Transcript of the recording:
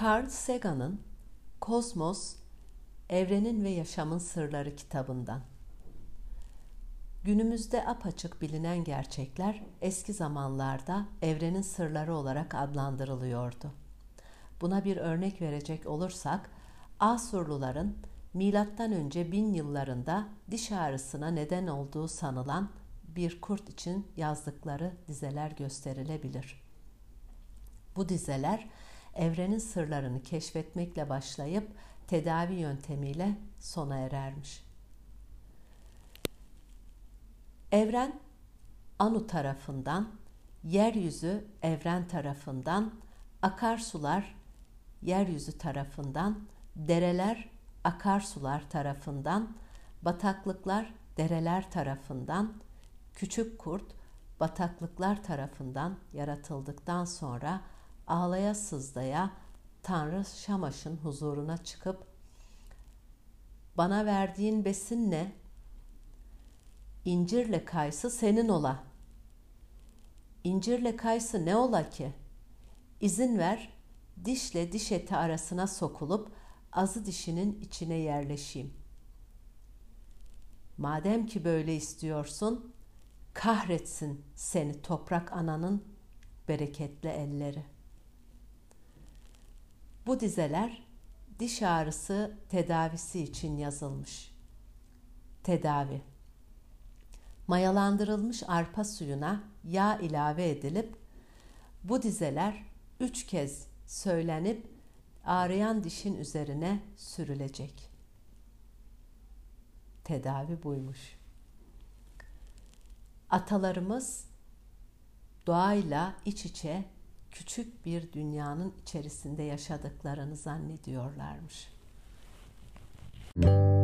Carl Sagan'ın Kozmos, Evrenin ve Yaşamın Sırları kitabından. Günümüzde apaçık bilinen gerçekler eski zamanlarda evrenin sırları olarak adlandırılıyordu. Buna bir örnek verecek olursak, Asurluların M.Ö. 1000 yıllarında diş ağrısına neden olduğu sanılan bir kurt için yazdıkları dizeler gösterilebilir. Bu dizeler evrenin sırlarını keşfetmekle başlayıp tedavi yöntemiyle sona erermiş. Evren Anu tarafından, yeryüzü evren tarafından, akarsular yeryüzü tarafından, dereler akarsular tarafından, bataklıklar dereler tarafından, küçük kurt bataklıklar tarafından yaratıldıktan sonra ağlaya sızlaya Tanrı Şamaş'ın huzuruna çıkıp "Bana verdiğin besin ne? İncirle kayısı senin ola. İncirle kayısı ne ola ki? İzin ver, dişle diş eti arasına sokulup azı dişinin içine yerleşeyim. Madem ki böyle istiyorsun, kahretsin seni toprak ananın bereketli elleri." Bu dizeler diş ağrısı tedavisi için yazılmış. Tedavi: mayalandırılmış arpa suyuna yağ ilave edilip bu dizeler 3 kez söylenip ağrıyan dişin üzerine sürülecek. Tedavi buymuş. Atalarımız doğayla iç içe küçük bir dünyanın içerisinde yaşadıklarını zannediyorlarmış.